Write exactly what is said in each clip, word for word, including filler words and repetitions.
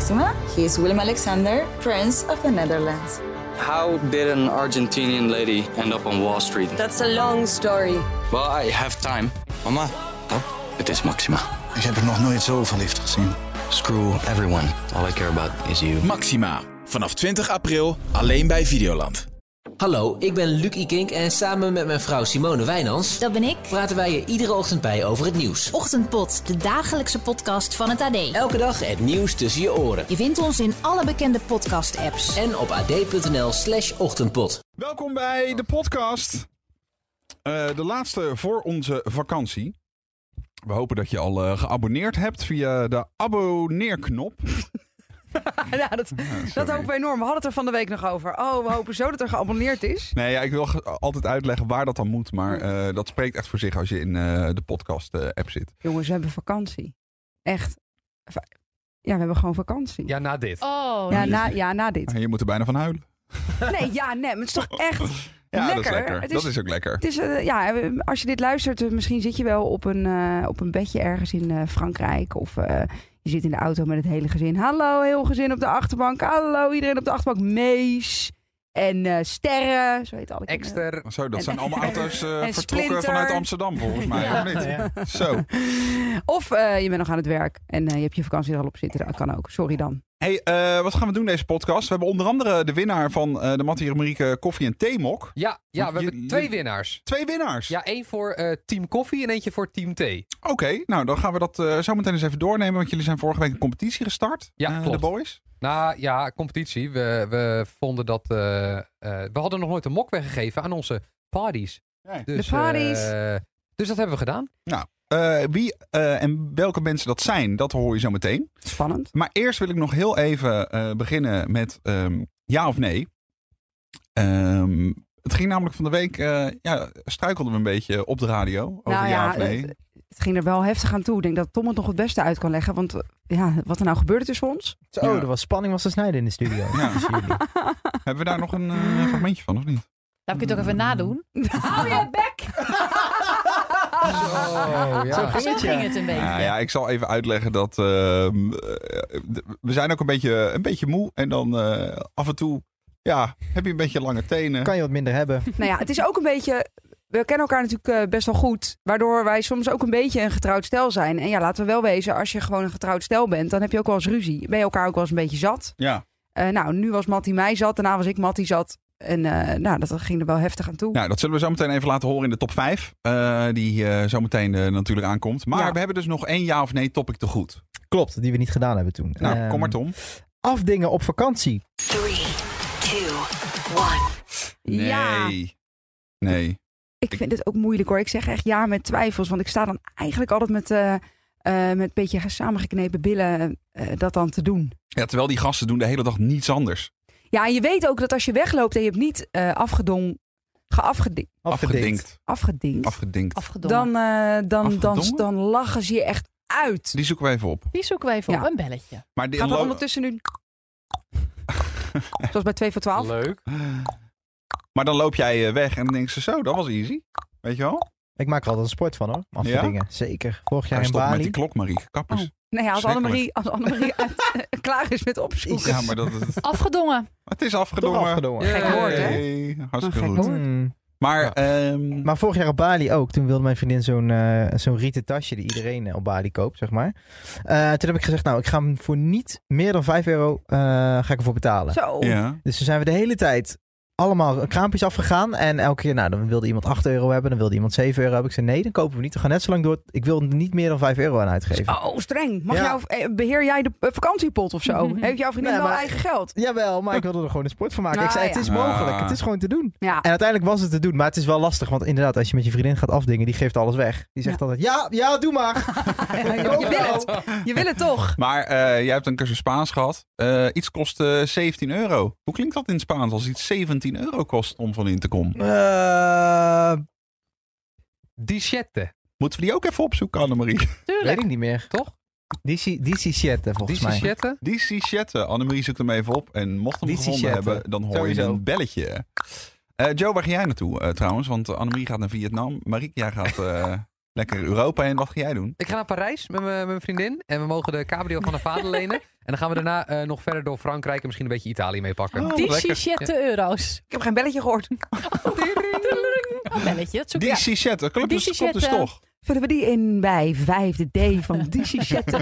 Maxima. He is Willem-Alexander, Prince of the Netherlands. How did an Argentinian lady end up on Wall Street? That's a long story. Well, I have time. Mama, Oh, het is Maxima. ik heb er nog nooit zo verliefd gezien. Screw everyone. All I care about is you. Maxima. Vanaf twintig april alleen bij Videoland. Hallo, ik ben Luc Ikink en samen met mijn vrouw Simone Wijnands Dat ben ik. praten wij je iedere ochtend bij over het nieuws. Ochtendpot, de dagelijkse podcast van het A D. Elke dag het nieuws tussen je oren. Je vindt ons in alle bekende podcast-apps. En op ad.nl slash ochtendpot. Welkom bij de podcast. Uh, de laatste voor onze vakantie. We hopen dat je al uh, geabonneerd hebt via de abonneerknop. ja, dat, Ja, dat hopen we enorm. We hadden het er van de week nog over. Oh, we hopen zo dat er geabonneerd is. Nee, ja, ik wil ge- altijd uitleggen waar dat dan moet. Maar uh, dat spreekt echt voor zich als je in uh, de podcast-app zit. Jongens, we hebben vakantie. Echt. Va- Ja, we hebben gewoon vakantie. Ja, na dit. Oh, Ja, na, ja, na dit. Je moet er bijna van huilen. Nee, ja, nee, maar het is toch echt Ja, lekker. dat is lekker. Het dat is, is ook lekker. het is, uh, ja, als je dit luistert, uh, misschien zit je wel op een, uh, op een bedje ergens in uh, Frankrijk. Of uh, je zit in de auto met het hele gezin. Hallo, heel gezin op de achterbank. Hallo, iedereen op de achterbank. Mees en uh, Sterren. Zo heet alle kinderen. Exter. Zo, dat En- zijn allemaal auto's uh, en vertrokken Splinter. vanuit Amsterdam, volgens mij. Ja. Of niet? Ja. Zo. Of uh, je bent nog aan het werk en uh, je hebt je vakantie er al op zitten. Dat kan ook. Sorry dan. Hey, uh, wat gaan we doen deze podcast? We hebben onder andere de winnaar van uh, de Mattie en Marieke Koffie en Theemok. Ja, ja, we Je- hebben je- twee winnaars. Twee winnaars. Ja, één voor uh, Team Koffie en eentje voor Team Thee. Oké, okay, nou dan gaan we dat uh, zo meteen eens even doornemen. Want jullie zijn vorige week een competitie gestart. Ja, uh, klopt. De boys. Nou ja, competitie. We, we vonden dat... Uh, uh, we hadden nog nooit een mok weggegeven aan onze parties. Nee. Dus, De parties. uh, dus dat hebben we gedaan. Nou, uh, wie uh, en welke mensen dat zijn, dat hoor je zo meteen. Spannend. Maar eerst wil ik nog heel even uh, beginnen met um, ja of nee. Um, het ging namelijk van de week, uh, ja, struikelden we een beetje op de radio over Nou ja, ja, of nee. Het, het ging er wel heftig aan toe. Ik denk dat Tom het nog het beste uit kan leggen. Want uh, ja, wat er nou gebeurde tussen ons. Zo, Ja. er was spanning was te snijden in de studio. Ja. Tussen jullie. Hebben we daar nog een uh, fragmentje van, of niet? Laat ik het ook even nadoen. Hou je bek! Oh, ja. Zo ging Zo het, ja. ging het een beetje. Ja, ja, ik zal even uitleggen dat uh, uh, we zijn ook een beetje, een beetje moe. En dan uh, af en toe ja, heb je een beetje lange tenen. Kan je wat minder hebben. Nou ja, het is ook een beetje... We kennen elkaar natuurlijk uh, best wel goed. Waardoor wij soms ook een beetje een getrouwd stel zijn. En ja, laten we wel wezen. Als je gewoon een getrouwd stel bent, dan heb je ook wel eens ruzie. Ben je elkaar ook wel eens een beetje zat. Ja. Uh, nou, nu was Mattie mij zat. Daarna was ik Mattie zat. En uh, nou, dat ging er wel heftig aan toe. Nou, dat zullen we zo meteen even laten horen in de top vijf. Uh, die uh, zo meteen uh, natuurlijk aankomt. Maar Ja. we hebben dus nog één ja of nee topic te goed. Klopt, die we niet gedaan hebben toen. Nou, Ehm, kom maar Tom. Afdingen op vakantie. Three, two, one. Ja, Nee. Nee. ik vind het ook moeilijk hoor. Ik zeg echt ja met twijfels. Want ik sta dan eigenlijk altijd met, uh, uh, met een beetje samengeknepen billen uh, dat dan te doen. Ja, terwijl die gasten doen de hele dag niets anders. Ja, en je weet ook dat als je wegloopt en je hebt niet uh, afgedong, geafgedinkt, Afgedinkt. afgedinkt, Afgedinkt. Afgedongen. dan, uh, dan, dan, Afgedongen? dan lachen ze je echt uit. Die zoeken we even op. Die zoeken we even Ja. op. Een belletje. Maar die Gaat er lo- ondertussen nu... Zoals bij twee voor twaalf. Leuk. Maar dan loop jij uh, weg en dan denk ze zo, dat was easy. Weet je wel? Ik maak er altijd een sport van hoor. Afdingen. Zeker. Vorig jaar Ja, in stop met Bali. die klok, Marie. Kap eens. Oh. Nee, ja, als Schrikkelijk. Annemarie, als Annemarie uit, uh, klaar is met opzoeken. Ja, maar dat is, Afgedongen. het is Toch afgedongen. afgedongen. Gek woord, hè? Hey, hartstikke Een gek goed. woord. Hmm. Maar, ehm, Maar vorig jaar op Bali ook. Toen wilde mijn vriendin zo'n eh, zo'n rieten tasje die iedereen eh, op Bali koopt, zeg maar. Uh, toen heb ik gezegd, nou, ik ga hem voor niet meer dan vijf euro uh, ga ik ervoor betalen. Zo. ja. Dus toen zijn we de hele tijd allemaal kraampjes afgegaan. En elke keer, nou, dan wilde iemand acht euro hebben. Dan wilde iemand zeven euro hebben. Ik zei, nee, dan kopen we niet. We gaan net zo lang door. Ik wil er niet meer dan vijf euro aan uitgeven. Oh, streng. Mag Ja. jou, eh, beheer jij de uh, vakantiepot of zo? Heeft jouw vriendin Nee, wel maar- eigen geld? Jawel, maar ik wilde er gewoon een sport van maken. Ah, ik zei, ja. het is mogelijk. Ah. Het is gewoon te doen. Ja. En uiteindelijk was het te doen. Maar het is wel lastig. Want inderdaad, als je met je vriendin gaat afdingen, die geeft alles weg. Die zegt Ja. altijd, ja, ja, doe maar. je wil het. Je wil het toch? Maar uh, jij hebt een cursus Spaans gehad. Uh, iets kost uh, zeventien euro. Hoe klinkt dat in het Spaans als iets zeventien euro kost om van in te komen? Eh, Dichette. Moeten we die ook even opzoeken, Annemarie? weet Tuurlijk. ik niet meer. Toch? Die Dichette, volgens mij. Dichette. Die Sichette. Annemarie zoekt hem even op. En mocht hem Die gevonden Sichette. hebben, dan hoor Sowieso. je een belletje. Uh, Joe, waar ga jij naartoe uh, trouwens? Want uh, Annemarie gaat naar Vietnam. Marieke, jij gaat uh, lekker Europa in. Wat ga jij doen? Ik ga naar Parijs met mijn met mijn vriendin. En we mogen de cabrio van haar vader lenen. dan gaan we daarna uh, nog verder door Frankrijk en misschien een beetje Italië meepakken. Oh, Dicicette ja. euro's. Ik heb geen belletje gehoord. Een belletje, dat Die Dicicette, klopt dus, klopt dus toch? Vullen we die in bij vijfde D van Dicicette?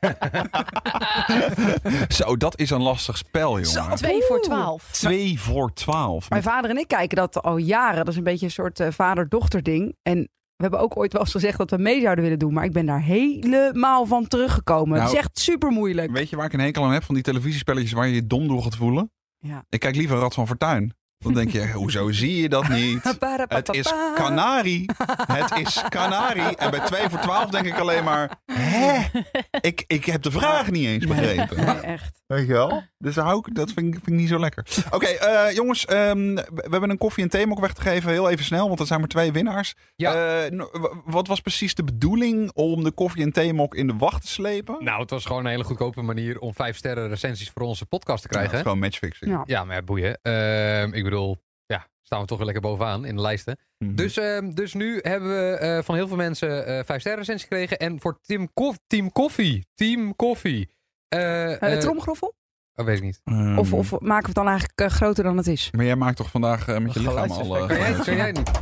Zo, dat is een lastig spel, jongen. Zo, twee voor twaalf. Twee voor twaalf. Mijn vader en ik kijken dat al jaren. Dat is een beetje een soort uh, vader-dochter ding. En we hebben ook ooit wel eens gezegd dat we mee zouden willen doen. Maar ik ben daar helemaal van teruggekomen. Nou, het is echt super moeilijk. Weet je waar ik een hekel aan heb? Van die televisiespelletjes waar je je dom door gaat voelen? Ja. Ik kijk liever Rad van Fortuin. Dan denk je, hoezo zie je dat niet? Het is Canarie. Het is Canarie. En bij twee voor twaalf denk ik alleen maar... Hè? Ik, ik heb de vraag niet eens begrepen. Nee, echt. Weet je wel? Dus hou ik, dat vind ik, vind ik niet zo lekker. Oké, okay, uh, jongens. Um, we hebben een koffie en theemok weg te geven. Heel even snel, want er zijn maar twee winnaars. Ja. Uh, wat was precies de bedoeling om de koffie en theemok in de wacht te slepen? Nou, het was gewoon een hele goedkope manier om vijf sterren recensies voor onze podcast te krijgen. Ja, het is gewoon matchfixing. Ja, ja maar boeien. Uh, ik bedoel, ja, staan we toch weer lekker bovenaan in de lijsten. Mm-hmm. Dus, uh, dus nu hebben we uh, van heel veel mensen uh, vijf sterren recensies gekregen. En voor Team, Kof- Team Koffie. Team Koffie. Uh, uh, de tromgeroffel? Dat weet ik niet. Um, of, of maken we het dan eigenlijk uh, groter dan het is? Maar jij maakt toch vandaag uh, met je lichaam al... Uh, kan, jij, kan jij niet?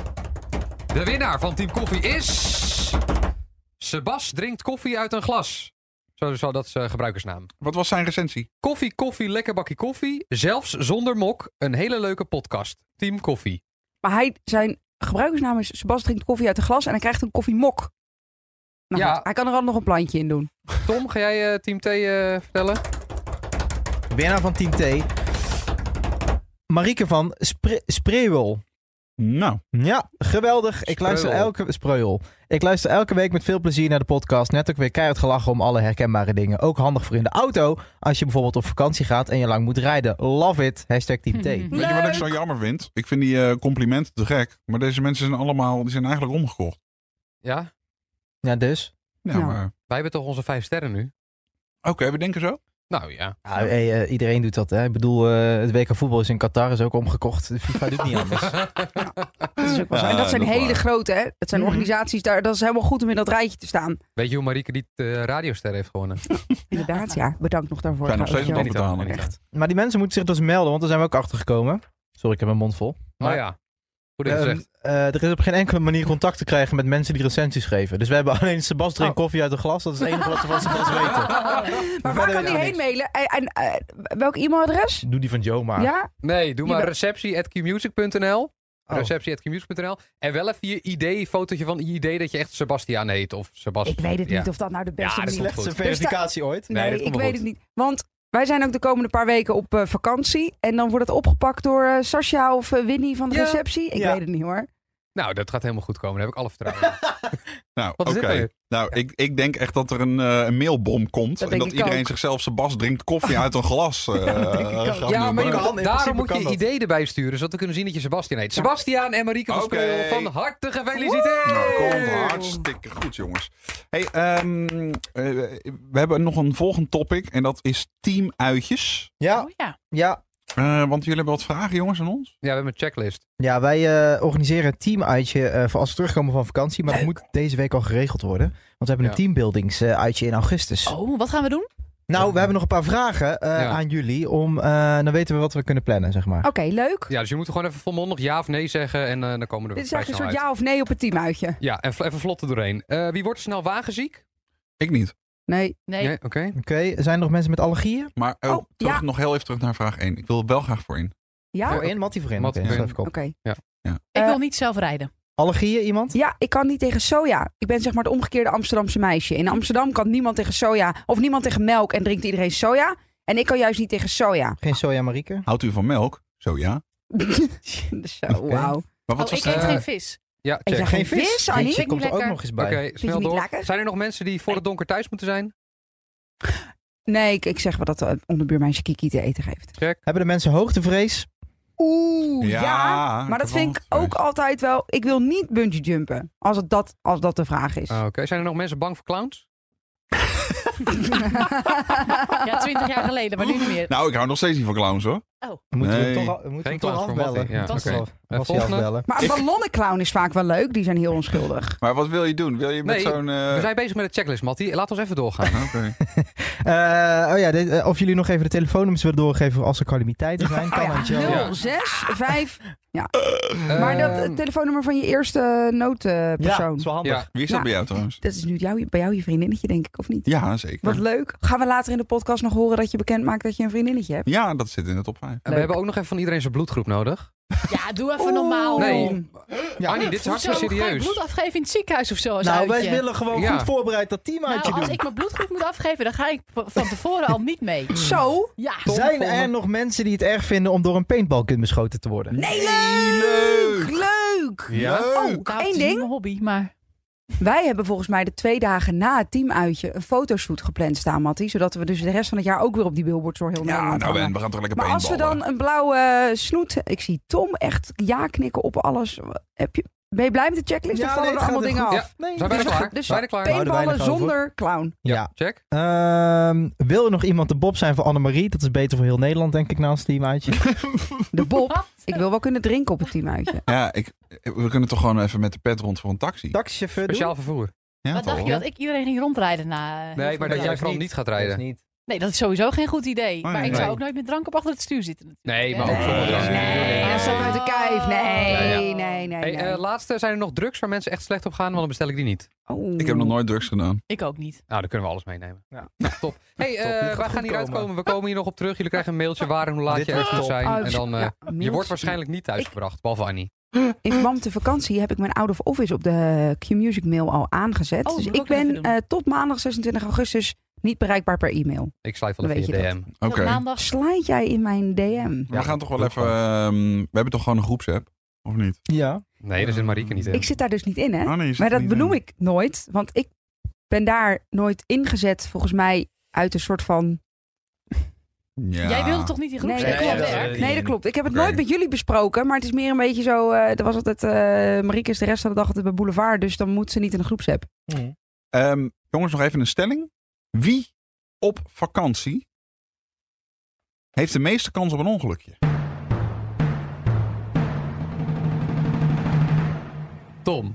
De winnaar van Team Koffie is... Sebas drinkt koffie uit een glas. Zo, zo dat is uh, gebruikersnaam. Wat was zijn recensie? Koffie, koffie, lekker bakje koffie. Zelfs zonder mok. Een hele leuke podcast. Team Koffie. Maar hij, zijn gebruikersnaam is Sebas drinkt koffie uit een glas en hij krijgt een koffiemok. Nou ja. Goed, hij kan er al nog een plantje in doen. Tom, ga jij uh, Team T uh, vertellen? Winnaar van Team T. Marieke van Spre- Spreeuwel. Nou. Ja, geweldig. Ik luister, elke, Spreeuwel. Ik luister elke week met veel plezier naar de podcast. Net ook weer keihard gelachen om alle herkenbare dingen. Ook handig voor in de auto. Als je bijvoorbeeld op vakantie gaat en je lang moet rijden. Love it. Hashtag Team T. Weet je wat ik zo jammer vind? Ik vind die uh, complimenten te gek. Maar deze mensen zijn allemaal, die zijn eigenlijk omgekocht. Ja? Ja, dus? Ja, ja. Maar... Wij hebben toch onze vijf sterren nu? Oké, okay, we denken zo. Nou ja. ja hey, uh, iedereen doet dat. Hè? Ik bedoel, uh, het W K voetbal is in Qatar, is ook omgekocht. De FIFA doet niet anders. Ja. Dat, is ook wel zo. En dat zijn dat hele waar. grote, hè? Dat zijn mm-hmm. organisaties, daar, dat is helemaal goed om in dat rijtje te staan. Weet je hoe Marieke die uh, radioster heeft gewonnen? Inderdaad, ja. Bedankt nog daarvoor. Zijn nog steeds nog niet aan. Echt. Maar die mensen moeten zich dus melden, want daar zijn we ook achter gekomen. Sorry, ik heb mijn mond vol. Maar, oh ja. Uh, uh, er is op geen enkele manier contact te krijgen met mensen die recensies geven. Dus we hebben alleen Sebas drinkt oh. koffie uit een glas. Dat is het enige wat we van Sebas weten. Maar waar kan die heen mailen? En, en, uh, welk e-mailadres? Doe die van Joe maar. Ja? Nee, doe maar receptie at keymusic punt n l. Oh. receptie at keymusic punt n l. En wel even je idee, fotootje van je idee dat je echt Sebastiaan heet. Of Sebas. Ik weet het ja. niet of dat nou de beste ja, manier is. De slechtste verificatie ooit. Nee, nee ik weet goed. het niet. Want wij zijn ook de komende paar weken op uh, vakantie. En dan wordt het opgepakt door uh, Sascha of uh, Winnie van de ja. receptie. Ik ja. weet het niet hoor. Nou, dat gaat helemaal goed komen. Daar heb ik alle vertrouwen in. Nou, oké. Okay. Nou, ja. ik, ik denk echt dat er een, uh, een mailbom komt. Dat en dat iedereen ook. zichzelf Sebas drinkt koffie uit een glas. Uh, ja, maar kan, daarom moet je idee erbij sturen. Zodat we kunnen zien dat je Sebastiaan heet. Ja. Sebastiaan en Marieke van okay. Spreeuwel, van harte gefeliciteerd. Nou, komt hartstikke goed, jongens. Hey, um, uh, we hebben nog een volgend topic. En dat is teamuitjes. Ja. Oh, ja. Ja. Uh, want jullie hebben wat vragen, jongens, aan ons? Ja, we hebben een checklist. Ja, wij uh, organiseren een teamuitje uh, voor als we terugkomen van vakantie. Maar dat moet deze week al geregeld worden. Want we hebben een ja. teambuildingsuitje in augustus. Oh, wat gaan we doen? Nou, we hebben nog een paar vragen uh, ja. aan jullie. Om, uh, dan weten we wat we kunnen plannen, zeg maar. Oké, okay, leuk. Ja, dus je moet gewoon even volmondig ja of nee zeggen. En uh, dan komen er Dit is eigenlijk een soort uit. ja of nee op het teamuitje. Ja, en even vlot er doorheen. Uh, wie wordt er snel wagenziek? Ik niet. Nee. Nee. nee Oké. Okay. Okay. Zijn er nog mensen met allergieën? Maar oh, oh, terug, ja. nog heel even terug naar vraag één. Ik wil er wel graag voor in. Ja? Voor in? Mattie voor in. Mattie okay, voor in. Oké. Okay. Ja. Ja. Ik wil uh, niet zelf rijden. Allergieën iemand? Ja, ik kan niet tegen soja. Ik ben zeg maar het omgekeerde Amsterdamse meisje. In Amsterdam kan niemand tegen soja of niemand tegen melk en drinkt iedereen soja. En ik kan juist niet tegen soja. Geen soja, Marieke? Houdt u van melk? Soja. Zo, okay. Wauw. Maar wat oh, ik eet uh, geen vis. Ja, check. Eet geen vis, vis Annie? Die komt er ook nog eens bij. Oké, okay, snel door. Lekker? Zijn er nog mensen die voor het donker thuis moeten zijn? Nee, ik, ik zeg wel dat de onderbuurmeisje Kiki te eten geeft. Check. Hebben de mensen hoogtevrees? Oeh, ja. ja maar dat vind ik ook altijd wel... Ik wil niet bungee jumpen, als, het dat, als dat de vraag is. Ah, Oké, okay. Zijn er nog mensen bang voor clowns? Ja, twintig jaar geleden, maar nu niet meer. Nou, ik hou nog steeds niet van clowns, hoor. Oh. We moeten Nee. hem toch, we moeten Geen hem toch kans voor afbellen. Mattie. Ja, We moeten oké. wel- Eh, was hij volgende? afbellen. Maar een ballonnenclown is vaak wel leuk. Die zijn heel onschuldig. Maar wat wil je doen? Wil je met Nee, zo'n... eh, we zijn bezig met de checklist, Mattie. Laat ons even doorgaan. Oké. Eh, oh ja, dit, eh, of jullie nog even de telefoonnummers willen doorgeven als er calamiteiten zijn. Kan Oh weet je ja, wel. nul zes vijf. Ja. Maar dat Ehm, het telefoonnummer van je eerste noodpersoon. Ja, dat is wel handig. Ja. Wie is dat Ja. bij jou trouwens? Dat is nu jou, bij jou je vriendinnetje, denk ik, of niet? Ja, zeker. Wat leuk. Gaan we later in de podcast nog horen dat je bekend maakt dat je een vriendinnetje hebt? Ja, dat zit in de top vijf. En we hebben ook nog even van iedereen zijn bloedgroep nodig. Ja, doe even normaal. Nee. joh. Ja, Annie, dit is hartstikke Hoezo? Ga je serieus. bloed afgeven in het ziekenhuis of zo? als Nou, wij uitje? willen gewoon Ja. goed voorbereid dat team uit Nou, je als doen. ik mijn bloedgroep moet afgeven, dan ga ik van tevoren al niet mee. Zo? Ja. Zijn er nog mensen die het erg vinden om door een paintballgun beschoten te worden? Nee, leuk! Leuk! Ja? Oh, Nou, één het is niet ding. mijn hobby, maar... Wij hebben volgens mij de twee dagen na het teamuitje een fotoshoot gepland staan, Mattie. Zodat we dus de rest van het jaar ook weer op die billboards door heel Ja, Nederland nou hangen. en we gaan toch lekker Maar als we paintballen. dan een blauwe snoet... Ik zie Tom echt ja knikken op alles. Heb je, ben je blij met de checklist? Ja, of vallen nee, er het allemaal gaat dingen heel af? goed. Nee, Zijn wij er dus klaar? dus Zijn wij er klaar? Houden wij paintballen nog over? zonder clown. Ja. Check. Ehm, wil er nog iemand de Bob zijn voor Annemarie? Dat is beter voor heel Nederland, denk ik, na ons team uitje. De Bob. Ik wil wel kunnen drinken op het teamuitje. Ja, ik, we kunnen toch gewoon even met de pet rond voor een taxi. Taxichauffeur doen? Speciaal vervoer. Ja, Wat dacht toch? je, dat ik iedereen ging rondrijden na... Nee, heel maar veel dat dagen? jij vooral niet gaat rijden. niet. Nee, dat is sowieso geen goed idee. Nee, maar ik nee. zou ook nooit met drank op achter het stuur zitten natuurlijk. Nee, maar hè? ook zonder drank. Nee, dat is ook uit de kijf. Nee, Ja, ja. nee, nee, nee. Hey, eh, laatste, zijn er nog drugs waar mensen echt slecht op gaan? Want dan bestel ik die niet. Oh. Ik heb nog nooit drugs gedaan. Ik ook niet. Nou, dan kunnen we alles meenemen. Ja. Nou, top. Hey, eh, Top, dit gaat wij goed gaan hieruit komen. komen. We komen hier nog op terug. Jullie krijgen een mailtje waar en hoe laat Dit je ergens wordt moet top. zijn. Oh, En dan, eh, ja, je mailtje. wordt waarschijnlijk niet thuisgebracht, behalve Annie. In verband met de vakantie heb ik mijn out of office op de Q-Music mail al aangezet. Oh, dus moet ik ik ook even ben doen. uh, tot maandag zesentwintig augustus niet bereikbaar per e-mail. Ik sluit wel Dan even weet je je D M. dat. Oké. Op maandag. Slijt jij in mijn D M? We gaan toch wel even... ehm, we hebben toch gewoon een groepsapp? Of niet? Ja. Nee, daar zit Marieke niet in. Ik zit daar dus niet in, hè? Oh, nee, je zit maar er dat niet benoem in. ik nooit. Want ik ben daar nooit ingezet, volgens mij, uit een soort van... Ja. Jij wilde toch niet die groep Nee, zetten? dat klopt. Ja, werk. Nee, dat klopt. Ik heb het Oké. nooit met jullie besproken. Maar het is meer een beetje zo... eh er was altijd... eh Marieke is de rest van de dag altijd bij Boulevard. Dus dan moet ze niet in een groepsapp. Ehm, jongens, nog even een stelling. Wie op vakantie heeft de meeste kans op een ongelukje? Tom.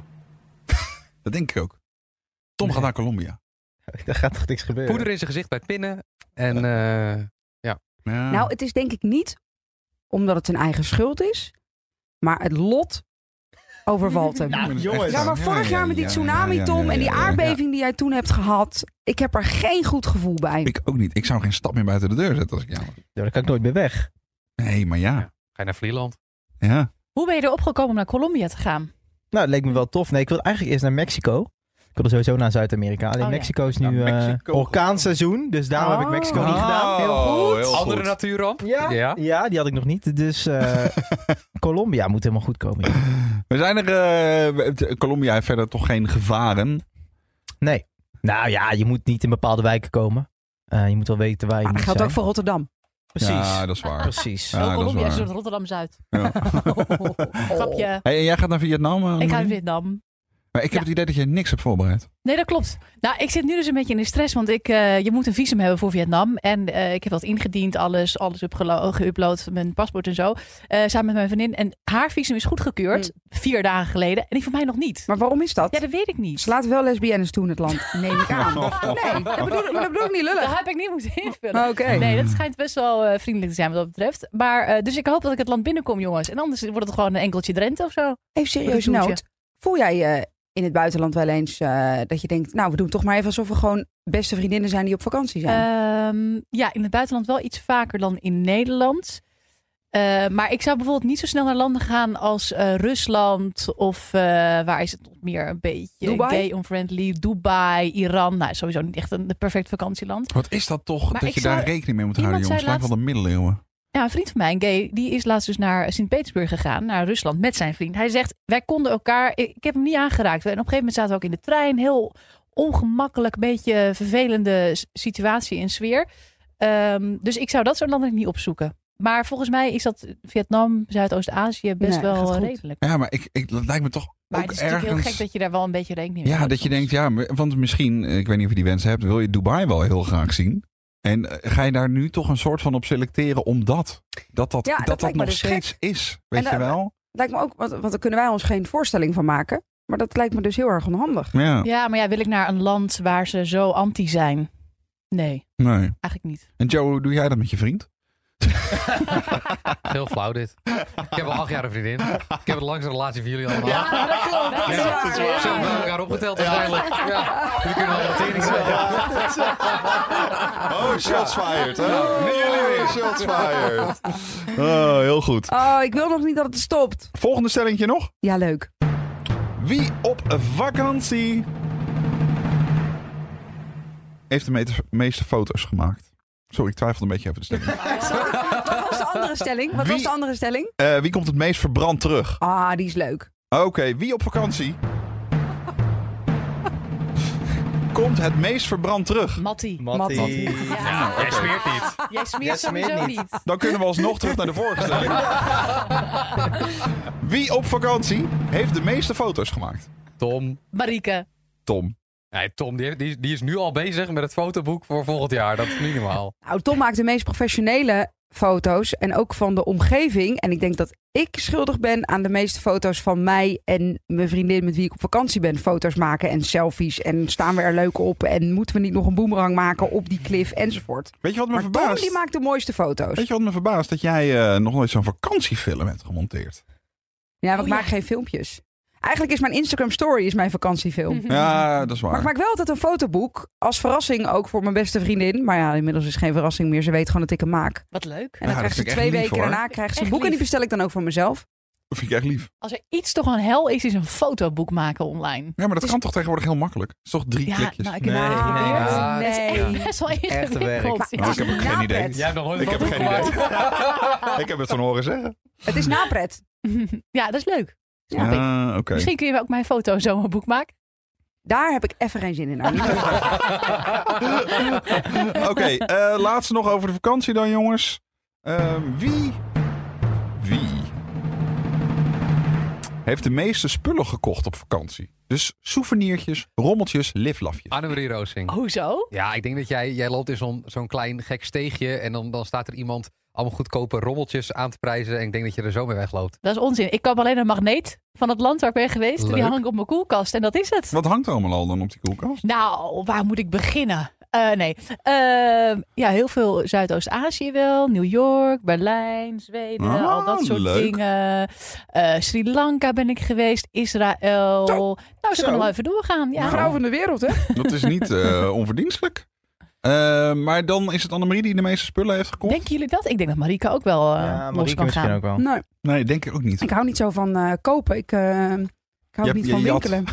Dat denk ik ook. Tom gaat naar Colombia. Daar gaat toch niks gebeuren? Poeder in zijn gezicht bij het pinnen. En eh, Ja. Nou, het is denk ik niet omdat het zijn eigen schuld is. Maar het lot overvalt hem. Nou, jongens. Ja, maar vorig jaar met die tsunami, Tom, en die aardbeving die jij toen hebt gehad. Ik heb er geen goed gevoel bij. Ik ook niet. Ik zou geen stap meer buiten de deur zetten als ik jou was. Ja, dan kan ik nooit meer weg. Nee, maar ja. ga je naar Vlieland. Ja. Hoe ben je erop gekomen om naar Colombia te gaan? Nou, het leek me wel tof. Nee, ik wil eigenlijk eerst naar Mexico. Ik wilde sowieso naar Zuid-Amerika. Alleen Oh, ja. Mexico is Ja, nu eh, Mexico. orkaanseizoen. Dus daarom heb ik Mexico niet gedaan. Heel goed. heel Andere goed. natuurramp. Ja, Ja. ja, die had ik nog niet. Dus eh Colombia moet helemaal goed komen. ja. We zijn er... eh, Colombia heeft verder toch geen gevaren. Nee. Nou ja, je moet niet in bepaalde wijken komen. Eh, je moet wel weten waar je Maar dat moet geldt zijn. ook voor Rotterdam. Precies. Ja, dat is waar. Precies. Ja, Oh, dat is Colombia is waar. in Rotterdam-Zuid. Ja. Grapje. Hey, en jij gaat naar Vietnam? eh, Ik ga naar Marie? Vietnam. Maar ik heb Ja. het idee dat je niks hebt voorbereid. Nee, dat klopt. Nou, ik zit nu dus een beetje in de stress, want ik, uh, je moet een visum hebben voor Vietnam. En uh, ik heb dat ingediend, alles, alles geüpload, mijn paspoort en zo. Uh, samen met mijn vriendin. En haar visum is goedgekeurd, mm. vier dagen geleden. En die van mij nog niet. Maar waarom is dat? Ja, dat weet ik niet. Ze laten wel lesbiennes toe in het land, neem ik aan. Nee, dat bedoel, dat bedoel ik niet lullig. Dat heb ik niet moeten invullen. Oké. Okay. Nee, dat schijnt best wel uh, vriendelijk te zijn wat dat betreft. Maar, uh, dus ik hoop dat ik het land binnenkom, jongens. En anders wordt het gewoon een enkeltje Drenthe of zo. Even serieus noot. Voel jij je... Uh, in het buitenland wel eens uh, dat je denkt, nou, we doen toch maar even alsof we gewoon beste vriendinnen zijn die op vakantie zijn? Um, ja, in het buitenland wel iets vaker dan in Nederland. Uh, maar ik zou bijvoorbeeld niet zo snel naar landen gaan als uh, Rusland of uh, waar is het nog meer een beetje Dubai? gay-unfriendly, Dubai, Iran. Nou, sowieso niet echt een, een perfect vakantieland. Wat is dat toch, maar dat je zou, daar rekening mee moet houden, jongens? Het lijkt wel de middeleeuwen. Ja, een vriend van mij, een gay, die is laatst dus naar Sint-Petersburg gegaan, naar Rusland, met zijn vriend. Hij zegt, wij konden elkaar, ik, ik heb hem niet aangeraakt. En op een gegeven moment zaten we ook in de trein, heel ongemakkelijk, beetje vervelende situatie en sfeer. Um, dus ik zou dat soort landen niet opzoeken. Maar volgens mij is dat Vietnam, Zuidoost-Azië best nee, wel redelijk. Ja, maar ik, ik, dat lijkt me toch maar ook het is ergens... natuurlijk heel gek dat je daar wel een beetje rekening mee Ja, houdt. dat je denkt, ja, want misschien, ik weet niet of je die wensen hebt, wil je Dubai wel heel graag zien. En uh, ga je daar nu toch een soort van op selecteren omdat dat dat, Ja, dat, dat dat lijkt me nog dus steeds gek. is? Weet En, je uh, wel? Lijkt me ook, want, want daar kunnen wij ons geen voorstelling van maken. Maar dat lijkt me dus heel erg onhandig. Ja. Ja, maar ja, wil ik naar een land waar ze zo anti zijn? Nee, Nee. eigenlijk niet. En Joe, hoe doe jij dat met je vriend? Heel flauw dit. Ik heb al acht jaar een vriendin. Ik heb de langste relatie van jullie allemaal. Ja, dat klopt. Dat is Ja, waar. Zo hebben we elkaar opgeteld waarschijnlijk. Ja. Jullie kunnen al een tering Oh, shots fired. Hè? Nee, jullie weer. Shots fired. Oh, heel goed. Oh, ik wil nog niet dat het stopt. Volgende stellingje nog. Ja, leuk. Wie op vakantie heeft de meeste, meeste foto's gemaakt? Sorry, ik twijfelde een beetje over de stelling. Wat was de andere stelling? Wat Wie- was de andere stelling? Uh, wie komt het meest verbrand terug? Ah, die is leuk. Oké, okay, wie op vakantie komt het meest verbrand terug? Mattie. Mattie. Ja. Ja, jij smeert niet. Jij smeert Jij sowieso smeert niet. niet. Dan kunnen we alsnog terug naar de vorige stelling. Wie op vakantie heeft de meeste foto's gemaakt? Tom. Marieke. Tom. Nee, Tom die, die, die is nu al bezig met het fotoboek voor volgend jaar. Dat is niet normaal. Nou, Tom maakt de meest professionele foto's. En ook van de omgeving. En ik denk dat ik schuldig ben aan de meeste foto's van mij en mijn vriendin met wie ik op vakantie ben. Foto's maken en selfies. En staan we er leuk op. En moeten we niet nog een boemerang maken op die cliff enzovoort. Weet je wat me Maar verbaast? Tom die maakt de mooiste foto's. Weet je wat me verbaast? Dat jij uh, nog nooit zo'n vakantiefilm hebt gemonteerd. Ja, maar Oh, ik maak ja. geen filmpjes. Eigenlijk is mijn Instagram story is mijn vakantiefilm. Ja, dat is waar. Maar ik maak wel altijd een fotoboek. Als verrassing ook voor mijn beste vriendin. Maar ja, inmiddels is het geen verrassing meer. Ze weet gewoon dat ik hem maak. Wat leuk. En dan Ja, krijgt ze dat vind ik twee echt lief, weken hoor. daarna krijgt ze een Echt boek. En die lief. bestel ik dan ook voor mezelf. Dat vind ik echt lief. Als er iets toch een hel is, is een fotoboek maken online. Ja, maar dat Dus- kan toch tegenwoordig heel makkelijk? Het is toch drie Ja, klikjes? nou, ik heb Nee, het nee, geprobeerd. ja. Het is echt best wel Echte werk. ingewikkeld. Nou, ik heb ook geen idee. Napret. Jij hebt nog nooit Ik heb een geen foto idee. gemaakt. Ik heb het van horen zeggen. Het is napret. Ja, dat is leuk. Snap ik. Ja, oké. Misschien kun je ook mijn foto zo een boek maken. Daar heb ik even geen zin in. Nou, niet Oké, okay, uh, laatste nog over de vakantie dan, jongens. Uh, wie... Wie... heeft de meeste spullen gekocht op vakantie? Dus souvenirtjes, rommeltjes, liflafjes. Annemarie Roosing. Hoezo? Ja, ik denk dat jij, jij loopt in zo'n zo'n klein gek steegje en dan, dan staat er iemand allemaal goedkope rommeltjes aan te prijzen. En ik denk dat je er zo mee wegloopt. Dat is onzin. Ik koop alleen een magneet van het land waar ik ben geweest. Leuk. Die hang ik op mijn koelkast en dat is het. Wat hangt er allemaal al dan op die koelkast? Nou, waar moet ik beginnen? Uh, nee. Uh, ja, heel veel Zuidoost-Azië wel. New York, Berlijn, Zweden, Ah, al dat soort leuk. dingen. Uh, Sri Lanka ben ik geweest. Israël. Zo. Nou, ze Zo. kan nog even doorgaan. Ja. Vrouw van de wereld, hè? Dat is niet uh, onverdienstelijk. Uh, maar dan is het Annemarie die de meeste spullen heeft gekocht? Denken jullie dat? Ik denk dat Marika ook wel uh, Ja, los Marieke kan misschien gaan. ook wel. Nee, Nee, denk ik ook niet. ik hou niet zo van uh, kopen. Ik, uh, ik hou Je- niet je van jat. winkelen.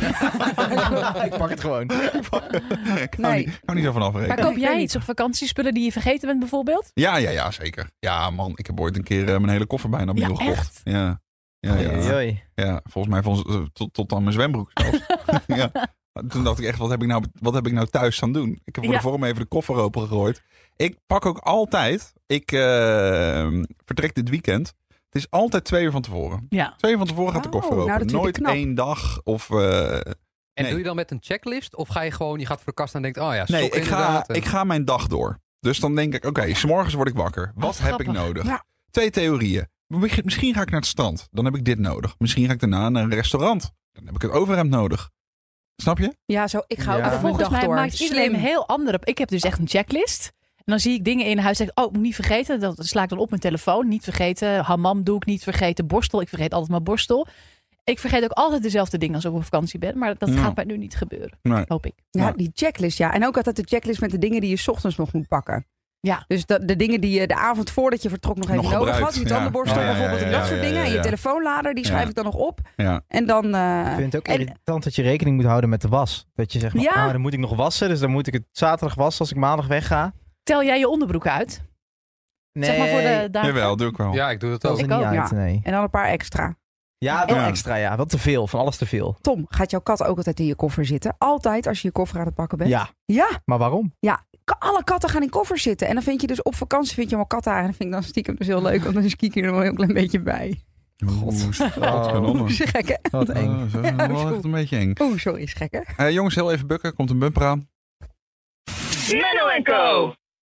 Ik pak het gewoon. ik hou, Nee. niet, ik hou niet zo van afrekenen. Maar koop Ik jij weet iets op vakantiespullen die je vergeten bent bijvoorbeeld? Ja, ja, ja, zeker. Ja, man, ik heb ooit een keer uh, mijn hele koffer bijna opnieuw Ja, gekocht. echt? Ja. Ja, ja, Oei, ja. oei. ja, volgens mij van, uh, tot, tot aan mijn zwembroek zelfs. ja. Toen dacht ik echt, wat heb ik nou, wat heb ik nou thuis aan doen? Ik heb voor Ja. de vorm even de koffer open gegooid. Ik pak ook altijd, ik uh, vertrek dit weekend. Het is altijd twee uur van tevoren. Ja. Twee uur van tevoren gaat de Oh, koffer nou, open. dat vind ik Nooit knap. één dag of... Uh, En Nee. doe je dan met een checklist? Of ga je gewoon, je gaat voor de kast en denkt, oh ja, nee, sokken ik ga, inderdaad. En- ik ga mijn dag door. Dus dan denk ik, oké, okay, 's morgens word ik wakker. Wat Wat heb ik grappig. nodig? Ja. Twee theorieën. Misschien ga ik naar het strand. Dan heb ik dit nodig. Misschien ga ik daarna naar een restaurant. Dan heb ik het overhemd nodig. Snap je? Ja, zo, ik ga Ja. ook even mijn Volgens dag mij door. maakt iedereen Slim. een heel andere. Ik heb dus echt een checklist. En dan zie ik dingen in huis. Zeg ik, oh, ik moet niet vergeten. Dat sla ik dan op mijn telefoon. Niet vergeten. Hammam doe ik niet vergeten. Borstel. Ik vergeet altijd mijn borstel. Ik vergeet ook altijd dezelfde dingen als ik op vakantie ben. Maar dat Ja. gaat mij nu niet gebeuren. Nee. Hoop ik. Ja, Ja. die checklist, ja. En ook altijd de checklist met de dingen die je 's ochtends nog moet pakken. Ja. Dus de, de dingen die je de avond voordat je vertrok nog even Nog nodig gebruikt, had. Je ja. tandenborstel Ja, ja, ja, bijvoorbeeld en ja, dat soort ja, dingen. ja, En je ja. telefoonlader, die schrijf Ja. ik dan nog op. Ja. En dan... uh, Ik vind het ook en- irritant dat je rekening moet houden met de was. Dat je zegt, maar, Ja. ah, dan moet ik nog wassen. Dus dan moet ik het zaterdag wassen als ik maandag wegga. Tel jij je onderbroek uit? Nee, Zeg maar voor de dagen. Jawel, doe ik wel. Ja, ik doe dat dat ook. is er Ik niet ook, uit, ja. nee. en dan een paar extra. Ja, wel Ja. extra, ja. Wel te veel, van alles te veel. Tom, gaat jouw kat ook altijd in je koffer zitten? Altijd als je je koffer aan het pakken bent? Ja, Ja, maar waarom? ka- alle katten gaan in koffers zitten. En dan vind je dus op vakantie vind je allemaal kattenhaar. En dat vind ik dan stiekem dus heel leuk. Want dan kiek je er wel een heel klein beetje bij. God. Oh. Is gek, hè? Wat eng. Oh, zo, wel echt een beetje eng. Oeh, sorry, is gek, hè? Uh, jongens, heel even bukken. Komt een bumper aan. Menno en Co.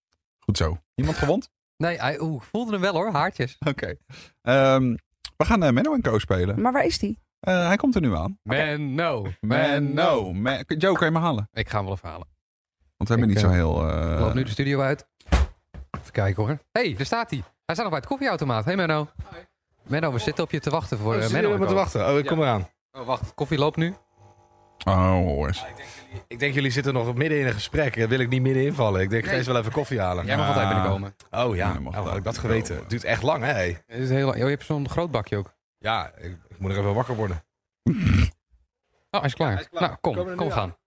Goed zo. Iemand gewond? Nee, hij oeh, voelde hem wel hoor, haartjes. Oké. Okay. Um, we gaan uh, Menno en Co spelen. Maar waar is die? Uh, hij komt er nu aan. Menno. Menno. Man- Joe, kan je me halen? Ik ga hem wel even halen. Want we hebben niet uh, zo heel... Uh... Ik loop nu de studio uit. Even kijken hoor. Hé, hey, daar staat hij. Hij staat nog bij het koffieautomaat. Hé hey, Menno. Hi. Menno, we zitten op je te wachten voor uh, oh, Menno. We te wachten. Oh, ik kom ja. eraan. Oh, wacht. Koffie loopt nu. Oh, eens. Ja, ik, denk, jullie, ik denk jullie zitten nog midden in een gesprek. Daar wil ik niet midden invallen. Ik denk, nee. Ga eens wel even koffie halen. Jij mag altijd binnenkomen. Oh ja, nee, oh, had ik dat geweten. Het duurt echt lang, hè? Hey. Het is heel lang. Oh, je hebt zo'n groot bakje ook. Ja, ik, ik moet er even wakker worden. Oh, hij is klaar. Hij is klaar. Nou, kom, kom, kom gaan.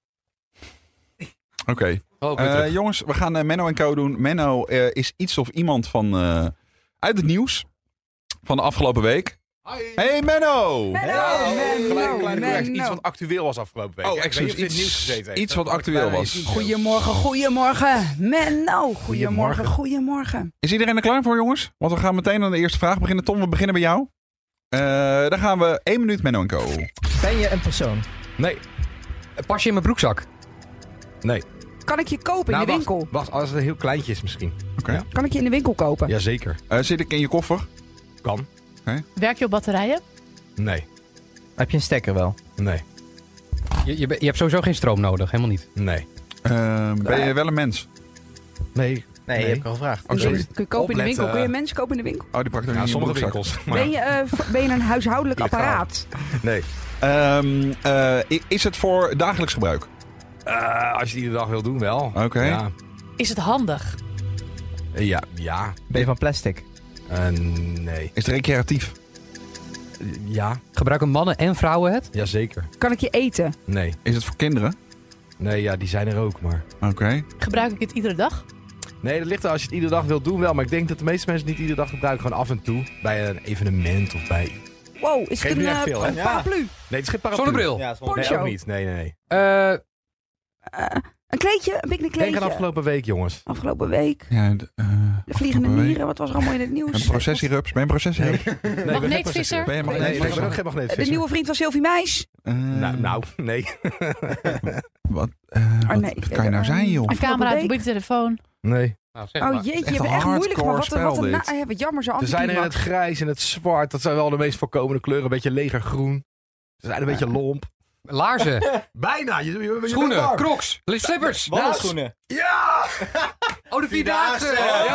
Oké. Okay. Oh, uh, jongens, we gaan uh, Menno en Co doen. Menno uh, is iets of iemand van uh, uit het nieuws van de afgelopen week. Hi. Hey Menno! Menno! Hey, Menno! Gelijk, kleine correctie. Iets iets wat actueel was afgelopen week. Oh, excuus. Iets, nieuws gezeten iets wat actueel was. Goedemorgen, goedemorgen. Menno, goedemorgen, goedemorgen. Is iedereen er klaar voor, jongens? Want we gaan meteen aan de eerste vraag beginnen. Tom, we beginnen bij jou. Uh, dan gaan we één minuut Menno en Co. Ben je een persoon? Nee. Pas je in mijn broekzak? Nee. Kan ik je kopen nou, in de wacht, winkel? Wacht, als het heel kleintje is misschien. Oké. Okay. Ja. Kan ik je in de winkel kopen? Jazeker. Uh, zit ik in je koffer? Kan. Okay. Werk je op batterijen? Nee. Heb je een stekker wel? Nee. Je, je, je hebt sowieso geen stroom nodig, helemaal niet. Nee. Uh, ben je wel een mens? Nee. Nee, nee. je hebt al gevraagd. Oh, sorry. Kun je kopen in de winkel? Kun je mensen kopen in de winkel? Oh, die pakt er ja, niet sommige in winkels. Maar... Ben, je, uh, ben je een huishoudelijk apparaat? Nee. Um, uh, is het voor dagelijks gebruik? Uh, als je het iedere dag wil doen, wel. Oké. Okay. Ja. Is het handig? Uh, ja, ja. Ben je van plastic? Uh, nee. Is het recreatief? Uh, ja. Gebruiken mannen en vrouwen het? Jazeker. Kan ik je eten? Nee. Is het voor kinderen? Nee, ja, die zijn er ook, maar... Oké. Okay. Gebruik ik het iedere dag? Nee, dat ligt er als je het iedere dag wilt doen wel. Maar ik denk dat de meeste mensen het niet iedere dag gebruiken. Gewoon af en toe. Bij een evenement of bij... Wow, is Geef het een, uh, veel, een paraplu? Nee, het is geen paraplu. Zonnebril? Ja, zonnebril. Nee, ook niet. Nee, nee, nee. Uh, uh, een kleedje? Een picknickkleedje? Denk aan afgelopen week, jongens. Afgelopen week? Ja, d- uh, de vliegende mieren, wat was er allemaal in het nieuws? Een processierups. Ben je een processierups? Nee. Nee, magneetvisser? Ben je nee, nee, ik ben ook geen magneetvisser. De nieuwe vriend van Sylvie Meis? Uh, nou, nou, nee. wat, uh, oh, wat, nee. wat kan je nou zijn, joh? Een camera uit de telefoon? Nee. Nou, zeg oh maar. jeetje, je bent echt moeilijk. Maar wat, wat, een, nou, ja, wat jammer, zo Ze zijn in het grijs en het zwart. Dat zijn wel de meest voorkomende kleuren. Een beetje legergroen. Ze zijn een beetje lomp. Laarzen. Bijna. Je, je, je schoenen. Crocs. Slippers. Wandelschoenen. Ja! Oh, de Vierdaagse.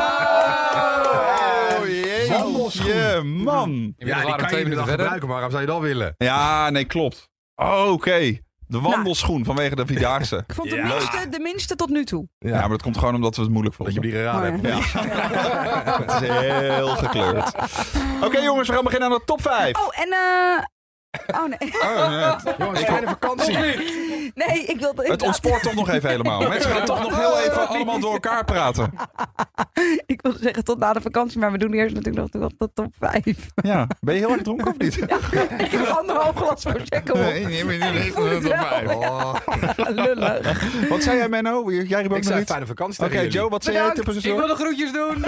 Ja! Oh, jeetje, man. Ja, die kan je nu nog gebruiken, maar waarom zou je dat willen? Ja, nee, klopt. Oh, oké. Okay. De wandelschoen nou. Vanwege de Vierdaagse. Ik vond de, ja. minste, de minste tot nu toe. Ja. ja, maar dat komt gewoon omdat we het moeilijk vonden. Dat je die geraden oh, hebt. Ja. Het is heel gekleurd. Oké okay, jongens, we gaan beginnen aan de top vijf. Oh, en eh... Uh... Oh nee. Oh, nee. Jongens, fijne vakantie. Nee, ik wilde... Het ontspoort toch nog even helemaal. Mensen gaan toch nog heel even allemaal door elkaar praten. Ik wilde zeggen tot na de vakantie, maar we doen eerst natuurlijk nog de top vijf. Ja, ben je heel erg dronken of niet? Ja, ik heb anderhalf glas voor checken. Nee, nee, nee, nee, nee, nee, top vijf. Oh. Lullig. Wat zei jij, Menno? Jij riep ook ik zei fijne vakantie. Oké, okay, Joe, wat zei jij? Ik wil de groetjes doen.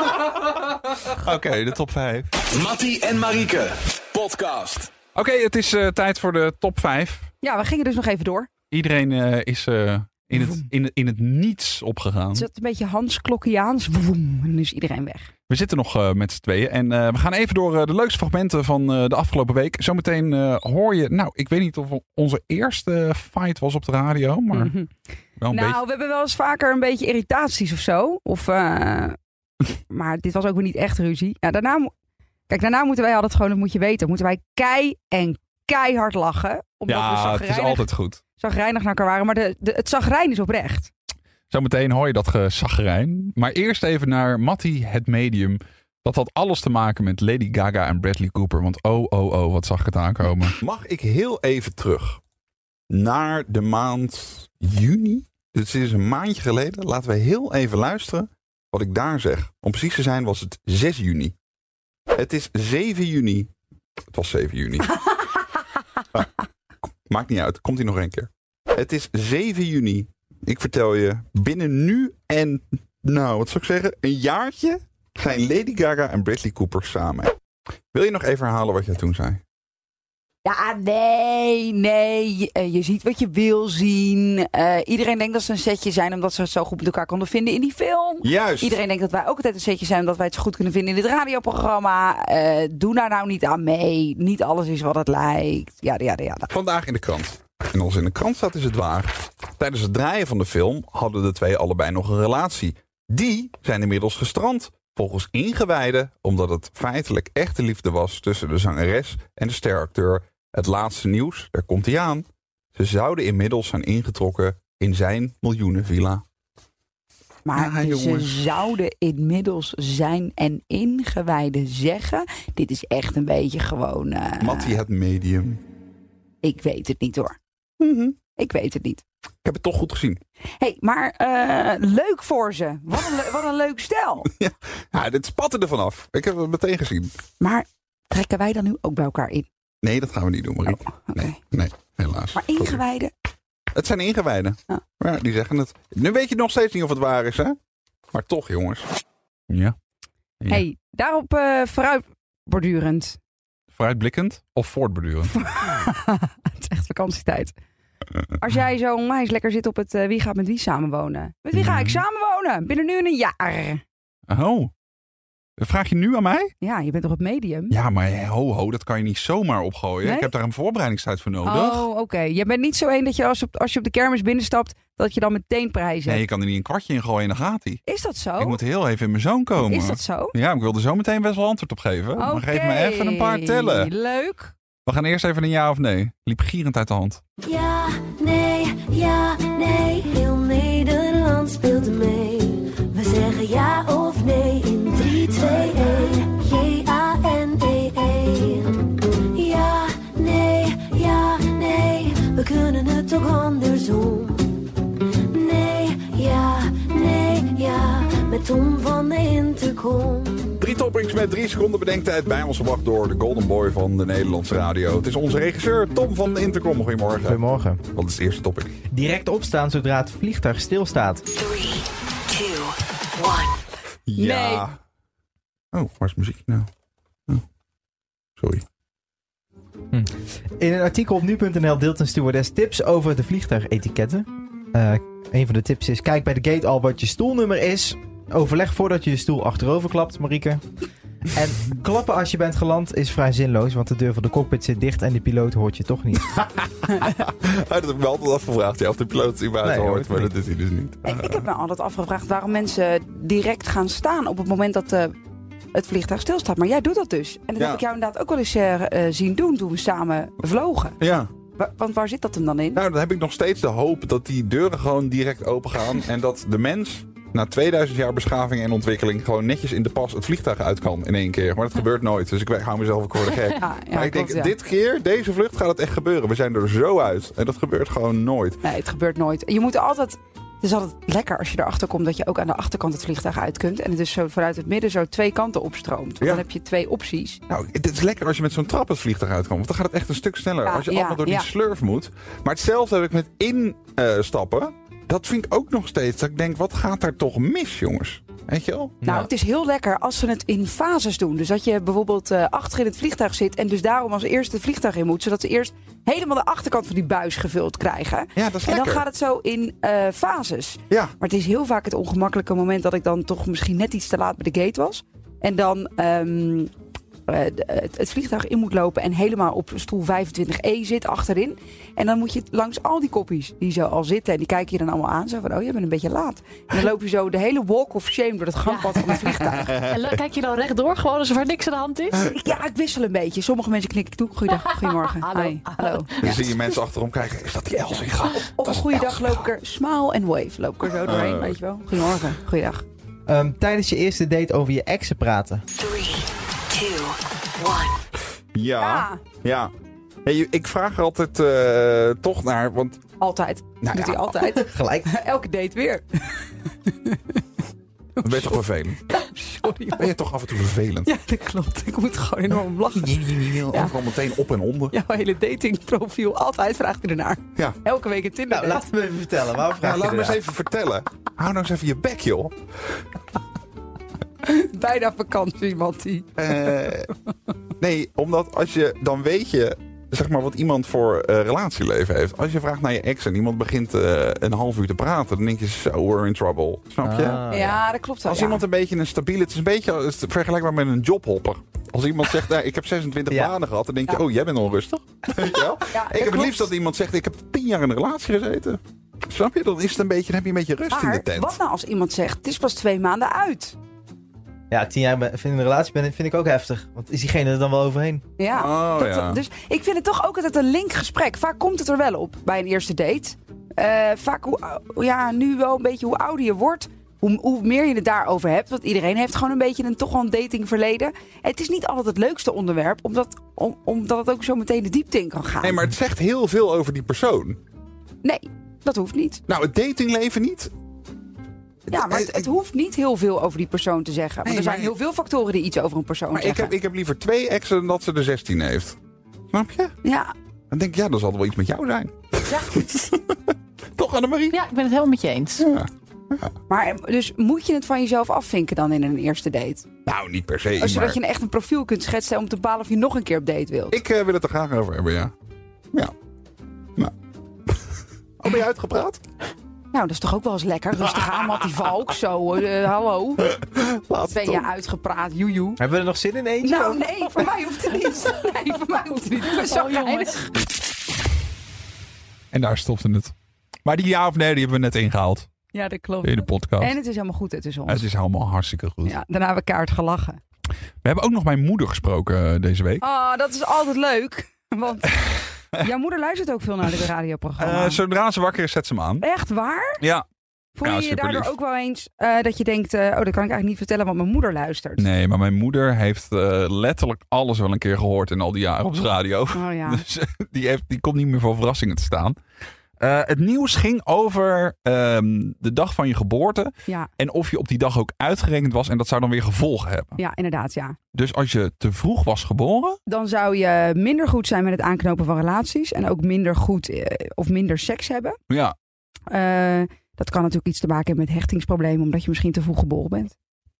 Oké, okay, de top vijf. Mattie en Marieke, podcast. Oké, okay, het is uh, tijd voor de top vijf. Ja, we gingen dus nog even door. Iedereen uh, is uh, in, het, in, in het niets opgegaan. Het is een beetje Hans Klokkiaans. En nu is iedereen weg. We zitten nog uh, met z'n tweeën. En uh, we gaan even door uh, de leukste fragmenten van uh, de afgelopen week. Zometeen uh, hoor je... Nou, ik weet niet of onze eerste fight was op de radio. Maar mm-hmm. wel een nou, beetje. we hebben wel eens vaker een beetje irritaties of zo. Of, uh, maar dit was ook weer niet echt ruzie. Ja, daarna... Kijk, daarna moeten wij altijd gewoon, dat moet je weten, moeten wij kei en keihard lachen. Omdat ja, we het is altijd goed. Zagrijnig naar elkaar waren, maar de, de, het zagrijn is oprecht. Zometeen hoor je dat gezagrijn. Maar eerst even naar Mattie, het medium. Dat had alles te maken met Lady Gaga en Bradley Cooper. Want oh, oh, oh, wat zag ik het aankomen. Mag ik heel even terug naar de maand juni? Dus dit is een maandje geleden. Laten we heel even luisteren wat ik daar zeg. Om precies te zijn was het zes juni. Het is zeven juni. Het was zeven juni. ah, maakt niet uit. Komt hij nog een keer. Het is zeven juni. Ik vertel je. Binnen nu en... Nou, wat zou ik zeggen? Een jaartje zijn Lady Gaga en Bradley Cooper samen. Wil je nog even herhalen wat jij toen zei? Ja, nee, nee. Uh, je ziet wat je wil zien. Uh, iedereen denkt dat ze een setje zijn omdat ze het zo goed met elkaar konden vinden in die film. Juist. Iedereen denkt dat wij ook altijd een setje zijn omdat wij het zo goed kunnen vinden in dit radioprogramma. Uh, doe daar nou niet aan mee. Niet alles is wat het lijkt. Ja, ja, ja. Vandaag in de krant. En als in de krant staat is het waar. Tijdens het draaien van de film hadden de twee allebei nog een relatie. Die zijn inmiddels gestrand. Volgens ingewijden, omdat het feitelijk echte liefde was tussen de zangeres en de steracteur. Het laatste nieuws, daar komt hij aan. Ze zouden inmiddels zijn ingetrokken in zijn miljoenenvilla. Maar ja, ze zouden inmiddels zijn en ingewijden zeggen. Dit is echt een beetje gewoon... Uh, Mattie het medium. Ik weet het niet hoor. Mm-hmm. Ik weet het niet. Ik heb het toch goed gezien. Hé, hey, maar uh, leuk voor ze. Wat een, le- wat een leuk stel. ja, ja, dit spatte er vanaf. Ik heb het meteen gezien. Maar trekken wij dan nu ook bij elkaar in? Nee, dat gaan we niet doen, Marieke. Oh, okay. Nee, nee, helaas. Maar ingewijden? Het zijn ingewijden. Oh. Ja, die zeggen het. Nu weet je nog steeds niet of het waar is, hè? Maar toch, jongens. Ja. ja. Hey, daarop uh, vooruitbordurend. Vooruitblikkend of voortbordurend? Het is echt vakantietijd. Als jij zo onwijs lekker zit op het uh, wie gaat met wie samenwonen. Met wie ga ik samenwonen? Binnen nu een jaar. Oh. Vraag je nu aan mij? Ja, je bent toch het medium? Ja, maar ho, ho, dat kan je niet zomaar opgooien. Nee? Ik heb daar een voorbereidingstijd voor nodig. Oh, oké. Okay. Je bent niet zo één dat je als, je op, als je op de kermis binnenstapt, dat je dan meteen prijzen. Nee, je kan er niet een kwartje in gooien en dan gaat hij. Is dat zo? Ik moet heel even in mijn zoon komen. Is dat zo? Ja, ik wilde zo meteen best wel antwoord op geven. Okay. Maar geef me even een paar tellen. Leuk. We gaan eerst even een ja of nee. Liep gierend uit de hand. Ja, nee, ja, nee. Heel Nederland speelt mee. We zeggen ja of nee in drie, twee, één. J A N E E. Ja, nee, ja, nee. We kunnen het ook andersom. Nee, ja, nee, ja. Met Tom van de Intercom. Drie toppings met drie seconden bedenktijd bij ons gebracht door de Golden Boy van de Nederlandse radio. Het is onze regisseur Tom van de Intercom. Goedemorgen. Goedemorgen. Wat is het eerste topic? Direct opstaan zodra het vliegtuig stilstaat. drie, twee, één. Ja. Nee. Oh, waar is muziek nou? Oh. Sorry. Hm. In een artikel op nu punt n l deelt een stewardess tips over de vliegtuigetiketten. Uh, een van de tips is: kijk bij de gate al wat je stoelnummer is. Overleg voordat je je stoel achterover klapt, Marieke. En klappen als je bent geland is vrij zinloos, want de deur van de cockpit zit dicht en de piloot hoort je toch niet. Dat heb ik me altijd afgevraagd, ja, of de piloot het überhaupt nee, hoort, maar niet. Dat is hij dus niet. Hey, ik heb me altijd afgevraagd waarom mensen direct gaan staan op het moment dat uh, het vliegtuig stilstaat. Maar jij doet dat dus. En dat ja. heb ik jou inderdaad ook wel eens uh, zien doen toen we samen vlogen. Ja. Want waar zit dat hem dan in? Nou, dan heb ik nog steeds de hoop dat die deuren gewoon direct open gaan en dat de mens na tweeduizend jaar beschaving en ontwikkeling gewoon netjes in de pas het vliegtuig uit kan in één keer. Maar dat gebeurt nooit, dus ik hou mezelf ook voor de gek. Ja, ja, maar ik denk, klopt, ja. dit keer, deze vlucht gaat het echt gebeuren. We zijn er zo uit. En dat gebeurt gewoon nooit. Nee, het gebeurt nooit. Je moet altijd... Het is altijd lekker als je erachter komt dat je ook aan de achterkant het vliegtuig uit kunt. En het is zo vanuit het midden zo twee kanten opstroomt. Ja. Dan heb je twee opties. Nou, het is lekker als je met zo'n trap het vliegtuig uitkomt. Want dan gaat het echt een stuk sneller. Ja, als je ja, allemaal door ja. die slurf moet. Maar hetzelfde heb ik met instappen. Uh, dat vind ik ook nog steeds. Dat ik denk, wat gaat daar toch mis, jongens? Weet je wel? Nou, ja. Het is heel lekker als ze het in fases doen. Dus dat je bijvoorbeeld uh, achter in het vliegtuig zit en dus daarom als eerste het vliegtuig in moet. Zodat ze eerst helemaal de achterkant van die buis gevuld krijgen. Ja, dat is en lekker. Dan gaat het zo in uh, fases. Ja. Maar het is heel vaak het ongemakkelijke moment dat ik dan toch misschien net iets te laat bij de gate was. En dan um, uh, het, het vliegtuig in moet lopen en helemaal op stoel vijfentwintig E zit achterin. En dan moet je langs al die koppies die zo al zitten en die kijken je dan allemaal aan. Zo van, oh, je bent een beetje laat. En dan loop je zo de hele walk of shame door het gangpad ja. van het vliegtuig. En kijk je dan rechtdoor, gewoon alsof er niks aan de hand is? Ja, ik wissel een beetje. Sommige mensen knikken toe. Goeiedag, goedemorgen. Hallo. Hi. Hallo. Dan ja. zie je mensen achterom kijken. Is dat die Elsinga? Op, op een goede dag loop ik er smile and wave. Loop ik er zo doorheen, uh. weet je wel. Goedemorgen, goeiedag. Um, tijdens je eerste date over je exen praten. drie, twee, één. Ja, ja. ja. Hey, ik vraag er altijd uh, toch naar, want... Altijd. Nou, doet ja. hij altijd. Gelijk. Elke date weer. Dan ben je toch vervelend? Sorry. Ben je toch af en toe vervelend? Ja, dat klopt. Ik moet gewoon enorm lachen. Ja. Overal meteen op en onder. Jouw hele datingprofiel, altijd vraagt hij ernaar. Ja. Elke week een Tinder. Nou, laat me even vertellen. Waarom vraag ja, je laat me eens even vertellen. Hou nou eens even je bek, joh. Bijna vakantie, Mattie. Uh, nee, omdat als je, dan weet je zeg maar, wat iemand voor uh, relatieleven heeft. Als je vraagt naar je ex en iemand begint uh, een half uur te praten, dan denk je, so we're in trouble. Snap je? Ah, ja, dat klopt wel. Als ja. iemand een beetje een stabiele... Het is een beetje is vergelijkbaar met een jobhopper. Als iemand zegt, nou, ik heb zesentwintig ja. banen gehad, dan denk je, ja. oh, jij bent onrustig. Weet je wel? Ja, ik heb klopt. het liefst dat iemand zegt, ik heb tien jaar in een relatie gezeten. Snap je? Dan, is het een beetje, dan heb je een beetje rust maar, in de tent. Wat nou als iemand zegt, het is pas twee maanden uit? Ja, tien jaar in een relatie ben, vind ik ook heftig. Want is diegene er dan wel overheen? Ja, oh, dat, ja. Dus ik vind het toch ook altijd een linkgesprek. Vaak komt het er wel op bij een eerste date. Uh, vaak, hoe, ja, nu wel een beetje hoe ouder je wordt, hoe, hoe meer je het daarover hebt. Want iedereen heeft gewoon een beetje een toch wel een datingverleden. En het is niet altijd het leukste onderwerp, omdat, om, omdat het ook zo meteen de diepte in kan gaan. Nee, maar het zegt heel veel over die persoon. Nee, dat hoeft niet. Nou, het datingleven niet. Ja, maar het, het hoeft niet heel veel over die persoon te zeggen. Want nee, er zijn maar... heel veel factoren die iets over een persoon maar zeggen. Ik heb, ik heb liever twee exen dan dat ze er zestien heeft. Snap je? Ja. Dan denk ik, ja, dan zal er wel iets met jou zijn. Ja. Toch, Annemarie? Ja, ik ben het helemaal met je eens. Ja. Ja. Maar dus moet je het van jezelf afvinken dan in een eerste date? Nou, niet per se. Zodat maar... je echt een profiel kunt schetsen om te bepalen of je nog een keer op date wilt. Ik uh, wil het er graag over hebben, ja. Ja. Nou. Oh, ben je uitgepraat? Nou, dat is toch ook wel eens lekker. Rustig aan, Mattie Valk. Zo, uh, hallo. Laat ben je uitgepraat, joejoe. Hebben we er nog zin in eentje? Nou, nee, voor mij hoeft het niet. Nee, voor mij hoeft het niet. Ik ben zo geinig. En daar stopte het. Maar die ja of nee, die hebben we net ingehaald. Ja, dat klopt. In de podcast. En het is helemaal goed tussen ons. Het is helemaal hartstikke goed. Ja, daarna hebben we kaart gelachen. We hebben ook nog mijn moeder gesproken deze week. Oh, dat is altijd leuk. Want jouw moeder luistert ook veel naar dit radioprogramma. Uh, zodra ze wakker is, zet ze hem aan. Echt waar? Ja. Voel je ja, je daardoor lief. ook wel eens uh, dat je denkt, uh, oh, dat kan ik eigenlijk niet vertellen, want mijn moeder luistert. Nee, maar mijn moeder heeft uh, letterlijk alles wel een keer gehoord in al die jaren op de radio. Oh ja. Dus uh, die, heeft, die komt niet meer voor verrassingen te staan. Uh, het nieuws ging over um, de dag van je geboorte. Ja. En of je op die dag ook uitgerekend was. En dat zou dan weer gevolgen hebben. Ja, inderdaad, ja. Dus als je te vroeg was geboren. Dan zou je minder goed zijn met het aanknopen van relaties. En ook minder goed uh, of minder seks hebben. Ja. Uh, dat kan natuurlijk iets te maken hebben met hechtingsproblemen. Omdat je misschien te vroeg geboren bent.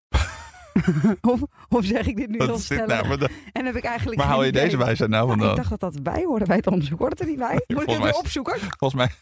of, of zeg ik dit nu heel stellig? Nou, dat... En heb ik eigenlijk. Maar hou je idee. deze wijsheid nou vandaan? Nou, ik dacht dat dat bij hoorde bij het onderzoek. Hoort het er niet bij? Moet ik het weer opzoeken? Volgens mij.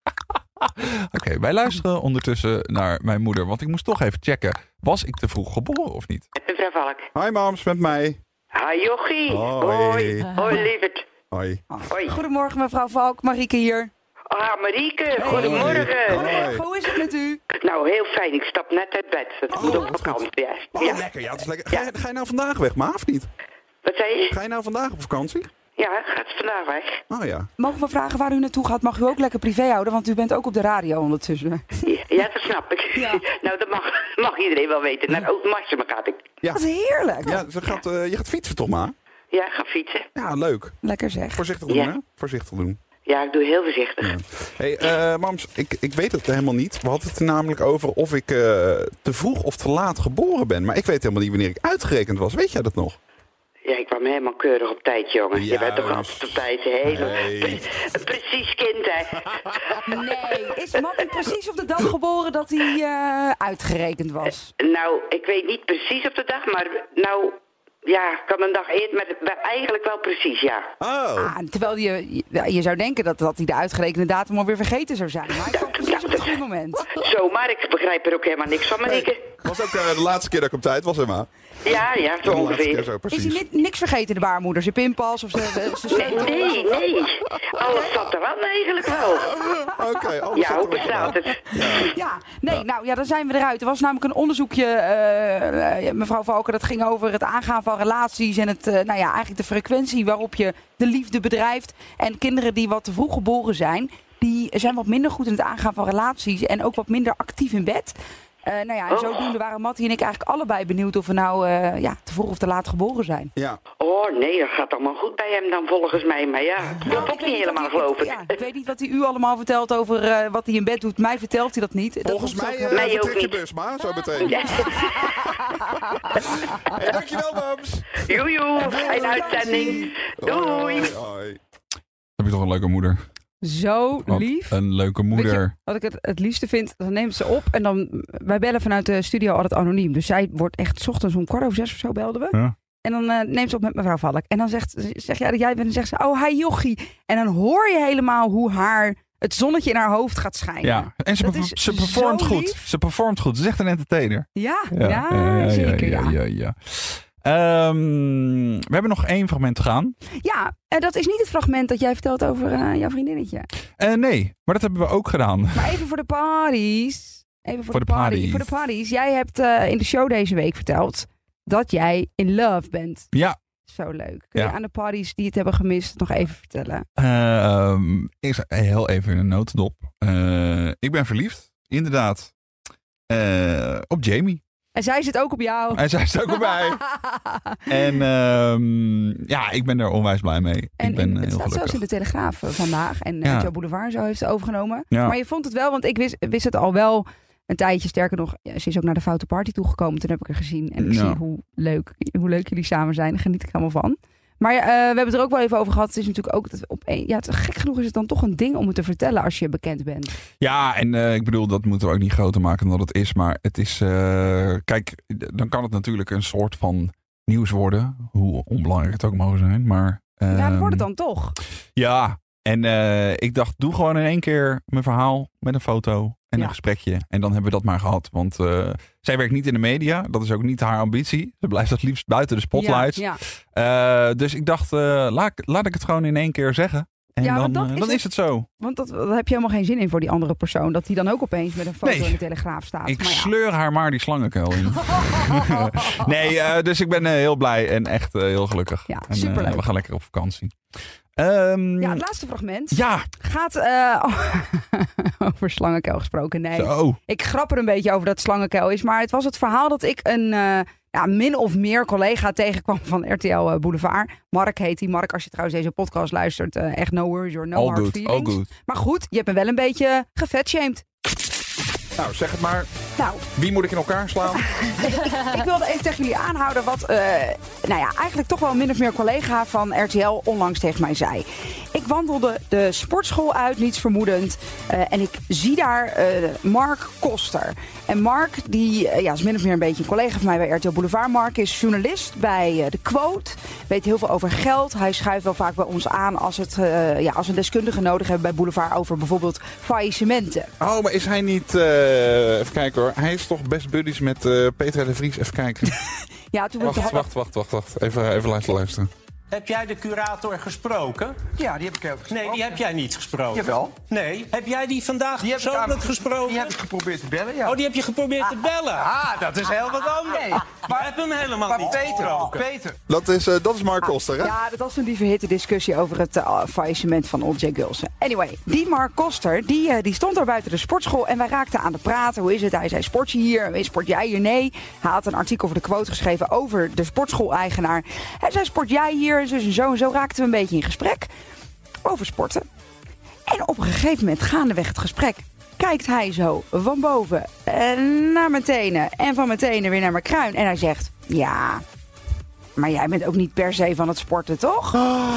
Oké, okay, wij luisteren ondertussen naar mijn moeder. Want ik moest toch even checken. Was ik te vroeg geboren of niet? Mevrouw Valk. Hi mams, met mij. Hi Jochie. Hoi. Hoi, Hoi lieverd. Hoi. Hoi. Goedemorgen mevrouw Valk. Marieke hier. Ah, Marieke. Goedemorgen. Hoi. Hoe is het met u? Nou, heel fijn. Ik stap net uit bed. Het oh, moet op vakantie. Ja. Oh, ja. Lekker. Ja, het is lekker. Ga, je, ga je nou vandaag weg, ma, of niet? Wat zei je? Ga je nou vandaag op vakantie? Ja, gaat vandaag weg. Oh ja. Mogen we vragen waar u naartoe gaat? Mag u ook lekker privé houden? Want u bent ook op de radio ondertussen. Ja, ja dat snap ik. Ja. Nou, dat mag, mag iedereen wel weten. Naar Oud-Marsum gaat ik. Ja. Dat is heerlijk. Ja, ze gaat, uh, je gaat fietsen toch, ma? Ja, ik ga fietsen. Ja, leuk. Lekker zeg. Voorzichtig doen, ja. hè? Voorzichtig doen. Ja, ik doe heel voorzichtig. Ja. Hey, uh, mams, ik, ik weet het helemaal niet. We hadden het er namelijk over of ik uh, te vroeg of te laat geboren ben. Maar ik weet helemaal niet wanneer ik uitgerekend was. Weet jij dat nog? Ja, ik kwam helemaal keurig op tijd, jongen. Ja, je bent toch altijd op tijd, hè? Nee. Een precies kind, hè? Nee, is Mattie precies op de dag geboren dat hij uh, uitgerekend was? Uh, nou, ik weet niet precies op de dag, maar nou... Ja, ik kan een dag eerder, maar eigenlijk wel precies, ja. Oh. Ah, terwijl je, je, je zou denken dat, dat hij de uitgerekende datum alweer vergeten zou zijn. Maar hij kwam precies ja, op het goede moment. Zomaar, ik begrijp er ook helemaal niks van, Marieke. Het was ook uh, de laatste keer dat ik op tijd was, hè, ma? Ja, ja, zo ongeveer. Zo, is hij ni- niks vergeten, de baarmoeder? Zijn pinpas of zijn... Nee, nee, nee. Alles zat er aan eigenlijk wel. Oké, okay, ja, hoe bestaat het? Ja, ja nee, ja. nou ja, dan zijn we eruit. Er was namelijk een onderzoekje, uh, uh, mevrouw Valken, dat ging over het aangaan van relaties en het, uh, nou ja, eigenlijk de frequentie waarop je de liefde bedrijft. En kinderen die wat te vroeg geboren zijn, die zijn wat minder goed in het aangaan van relaties en ook wat minder actief in bed. Uh, nou ja, en oh. zodoende waren Mattie en ik eigenlijk allebei benieuwd of we nou uh, ja, te vroeg of te laat geboren zijn. Ja. Oh nee, dat gaat allemaal goed bij hem dan volgens mij. Maar ja, dat klopt ook niet helemaal, hij, geloof ik. Ja, ik weet niet wat hij u allemaal vertelt over uh, wat hij in bed doet. Mij vertelt hij dat niet. Volgens dat mij uh, mij vertrek ook je niet. bus, ma, zo meteen. Ja. Hey, dankjewel, mams. Joejoe, fijne uitzending. Doei. Hoi, hoi. Heb je toch een leuke moeder? Zo Wat lief. Een leuke moeder. Weet je, wat ik het, het liefste vind, dan neemt ze op en dan... Wij bellen vanuit de studio altijd anoniem. Dus zij wordt echt 's ochtends om kwart over zes of zo belden we. Ja. En dan uh, neemt ze op met mevrouw Valk. En dan zegt, zeg jij dat jij bent en zegt ze, oh hi jochie. En dan hoor je helemaal hoe haar, het zonnetje in haar hoofd gaat schijnen. Ja, en ze, be- ze performt goed. Lief. Ze performt goed. Ze is echt een entertainer. Ja, ja, ja, ja, ja zeker. Ja, ja, ja, ja. Um, we hebben nog één fragment te gaan. Ja, en dat is niet het fragment dat jij vertelt over uh, jouw vriendinnetje. Uh, nee, maar dat hebben we ook gedaan. Maar even voor de parties. Even voor, voor de, de party, parties. Voor de parties. Jij hebt uh, in de show deze week verteld dat jij in love bent. Ja. Zo leuk. Kun je ja. aan de parties die het hebben gemist nog even vertellen? Uh, um, ik heel even in een notendop. Uh, ik ben verliefd, inderdaad, uh, op Jamie. En zij zit ook op jou. En zij zit ook op mij. En um, ja, ik ben er onwijs blij mee. En ik ben in, heel het staat gelukkig. zelfs in de Telegraaf vandaag. En ja. Joe Boulevard zo heeft het overgenomen. Ja. Maar je vond het wel, want ik wist, wist het al wel een tijdje. Sterker nog, ja, ze is ook naar de Foute Party toegekomen. Toen heb ik haar gezien. En ik ja. zie hoe leuk, hoe leuk jullie samen zijn. Daar geniet ik helemaal van. Maar uh, we hebben het er ook wel even over gehad. Het is natuurlijk ook dat op een, ja, het, gek genoeg is het dan toch een ding om het te vertellen als je bekend bent. Ja, en uh, ik bedoel, dat moeten we ook niet groter maken dan het is. Maar het is, uh, kijk, dan kan het natuurlijk een soort van nieuws worden. Hoe onbelangrijk het ook mogen zijn. Maar, uh, ja, dat wordt het dan toch. Ja, en uh, ik dacht, doe gewoon in één keer mijn verhaal met een foto en ja. een gesprekje. En dan hebben we dat maar gehad. Want uh, zij werkt niet in de media. Dat is ook niet haar ambitie. Ze blijft het liefst buiten de spotlights. Ja, ja. Uh, dus ik dacht, uh, laat, laat ik het gewoon in één keer zeggen. En ja, dan, dat uh, is dan het, is het zo. Want dat, dat heb je helemaal geen zin in voor die andere persoon. Dat die dan ook opeens met een foto nee. in de Telegraaf staat. Ik maar ja. sleur haar maar die slangenkuil in. nee, uh, dus ik ben uh, heel blij en echt uh, heel gelukkig. Ja, en, superleuk. Uh, we gaan lekker op vakantie. Um, ja, het laatste fragment ja. gaat uh, over slangenkuil gesproken. Nee, Zo. Ik grap er een beetje over dat het slangenkuil is. Maar het was het verhaal dat ik een uh, ja, min of meer collega tegenkwam van R T L Boulevard. Mark heet hij. Mark, als je trouwens deze podcast luistert, uh, echt no worries or no all hard good, feelings. all good. Maar goed, je hebt me wel een beetje gevetshamed. Nou, zeg het maar. Nou. Wie moet ik in elkaar slaan? ik, ik wilde even tegen jullie aanhouden wat, uh, nou ja, eigenlijk toch wel min of meer collega van R T L onlangs tegen mij zei. Ik wandelde de sportschool uit, niets vermoedend. Uh, en ik zie daar uh, Mark Koster. En Mark, die uh, ja, is min of meer een beetje een collega van mij bij R T L Boulevard. Mark is journalist bij uh, De Quote. Weet heel veel over geld. Hij schuift wel vaak bij ons aan als, het, uh, ja, als we een deskundige nodig hebben bij Boulevard over bijvoorbeeld faillissementen. Oh, maar is hij niet... Uh, even kijken hoor. Hij is toch best buddies met uh, Petra de Vries. Even kijken. ja, toen wacht, wacht, wacht, wacht, wacht, wacht. Even, even luisteren, luisteren. Heb jij de curator gesproken? Ja, die heb ik ook gesproken. Nee, die heb jij niet gesproken. Jawel. Nee. Heb jij die vandaag die persoonlijk gesproken? Die heb ik geprobeerd te bellen, ja. Oh, die heb je geprobeerd te bellen? Ah, dat is heel wat anders. Nee, maar heb hem helemaal maar niet Peter, gesproken. Peter. Dat is, uh, dat is Mark Koster, hè? Ja, dat was toen die verhitte discussie over het uh, faillissement van O J Gulsen. Anyway, die Mark Koster, die, uh, die stond daar buiten de sportschool en wij raakten aan de praten. Hoe is het? Hij zei, sport je hier? Sport jij hier? Nee. Hij had een artikel voor De Quote geschreven over de sportschool-eigenaar. Hij zei, sport jij hier? Zus en zo en zo raakten we een beetje in gesprek over sporten. En op een gegeven moment, gaandeweg het gesprek, kijkt hij zo van boven uh, naar mijn tenen en van mijn tenen weer naar mijn kruin. En hij zegt, ja, maar jij bent ook niet per se van het sporten, toch? Oh.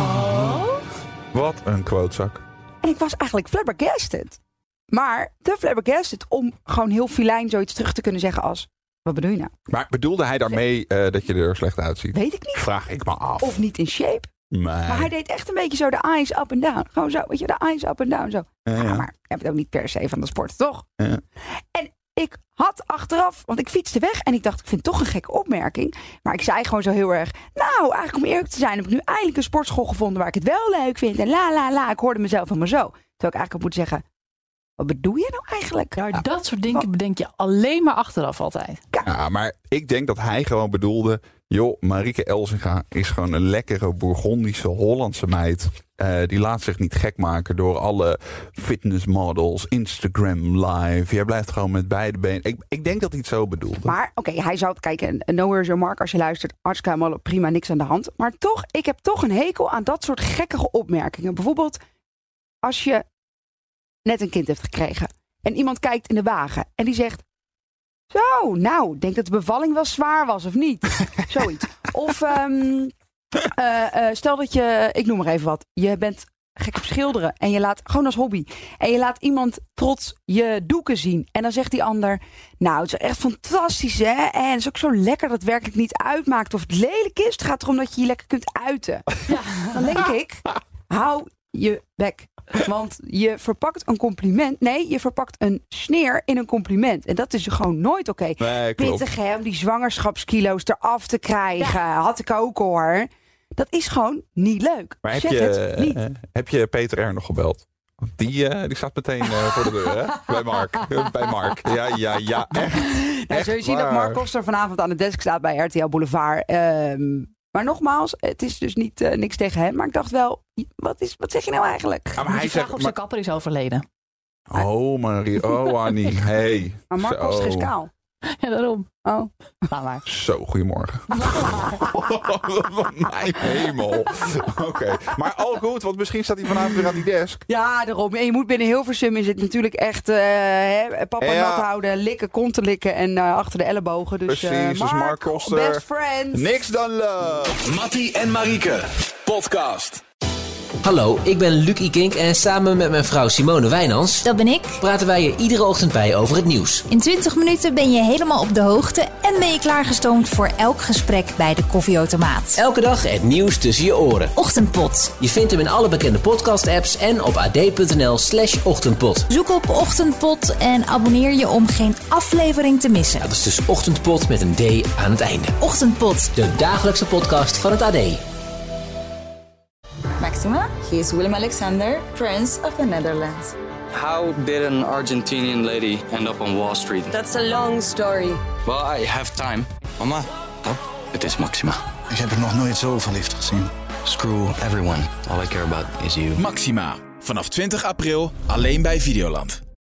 Oh. Wat een quotezak. En ik was eigenlijk flabbergasted. Maar te flabbergasted om gewoon heel filijn zoiets terug te kunnen zeggen als, wat bedoel je nou? Maar bedoelde hij daarmee uh, dat je er slecht uitziet? Weet ik niet. Vraag ik me af. Of niet in shape. Nee. Maar hij deed echt een beetje zo de eyes up and down. Gewoon zo, weet je, de eyes up and down. Zo. Ja, ja. Ja, maar je hebt het ook niet per se van de sport, toch? Ja. En ik had achteraf, want ik fietste weg en ik dacht, ik vind het toch een gekke opmerking. Maar ik zei gewoon zo heel erg, nou, eigenlijk om eerlijk te zijn, heb ik nu eindelijk een sportschool gevonden waar ik het wel leuk vind. En la, la, la, ik hoorde mezelf helemaal zo. Terwijl ik eigenlijk had moeten zeggen, wat bedoel je nou eigenlijk? Nou, ja. Dat soort dingen bedenk je alleen maar achteraf altijd. Ja, maar ik denk dat hij gewoon bedoelde, joh, Marieke Elsinga is gewoon een lekkere Bourgondische Hollandse meid. Uh, die laat zich niet gek maken door alle fitnessmodels, Instagram live. Jij blijft gewoon met beide benen. Ik, ik denk dat hij het zo bedoelde. Maar oké, okay, hij zou het kijken. No worries your Mark, als je luistert, hartstikke prima, niks aan de hand. Maar toch, ik heb toch een hekel aan dat soort gekkige opmerkingen. Bijvoorbeeld, als je net een kind heeft gekregen en iemand kijkt in de wagen en die zegt, zo, nou, denk dat de bevalling wel zwaar was of niet? Zoiets. Of um, uh, uh, stel dat je, ik noem maar even wat, je bent gek op schilderen. En je laat, gewoon als hobby. En je laat iemand trots je doeken zien. En dan zegt die ander, nou, het is echt fantastisch, hè? En het is ook zo lekker dat het werkelijk niet uitmaakt of het lelijk is. Het gaat erom dat je je lekker kunt uiten. Ja. Dan denk ik, hou je bek. Want je verpakt een compliment. Nee, je verpakt een sneer in een compliment. En dat is gewoon nooit oké. Okay. Nee, klopt. Pittig, hè, om die zwangerschapskilo's eraf te krijgen. Ja. Had ik ook, hoor. Dat is gewoon niet leuk. Maar heb zeg je, het niet. Uh, heb je Peter R. nog gebeld? Die, uh, die staat meteen uh, voor de deur, hè? Bij Mark. Bij Mark. Ja, ja, ja. Echt. Nou, echt zul je zien waar. dat Mark Koster vanavond aan de desk staat bij R T L Boulevard. Um, maar nogmaals, het is dus niet uh, niks tegen hem. Maar ik dacht wel, wat, is, wat zeg je nou eigenlijk? Ja, maar hij zegt, of zijn kapper is overleden. Oh, Marie. Oh, Annie. Hey. Maar Mark Koster is kaal. Ja, daarom. Oh, nou maar. Zo, goedemorgen. Mijn hemel. Oké, okay. Maar al goed, want misschien staat hij vanavond weer aan die desk. Ja, daarom. En je moet binnen Hilversum is het natuurlijk echt uh, hè, papa ja. nat houden, likken, konten likken en uh, achter de ellebogen. Dus, precies, uh, Mark, dus Mark Koster. Best friends. Niks dan love. Mattie en Marieke, podcast. Hallo, ik ben Luc Ikink en samen met mijn vrouw Simone Wijnands... Dat ben ik. ...praten wij je iedere ochtend bij over het nieuws. In twintig minuten ben je helemaal op de hoogte... en ben je klaargestoomd voor elk gesprek bij de koffieautomaat. Elke dag het nieuws tussen je oren. Ochtendpot. Je vindt hem in alle bekende podcast-apps en op ad.nl slash ochtendpot. Zoek op Ochtendpot en abonneer je om geen aflevering te missen. Dat is dus Ochtendpot met een D aan het einde. Ochtendpot. De dagelijkse podcast van het A D. Maxima, he is Willem Alexander, Prince of the Netherlands. How did an Argentinian lady end up on Wall Street? That's a long story. Well, I have time. Mama, oh, het is Maxima. Ik heb er nog nooit zo verliefd gezien. Screw everyone. All I care about is you. Maxima. Vanaf twintig april alleen bij Videoland.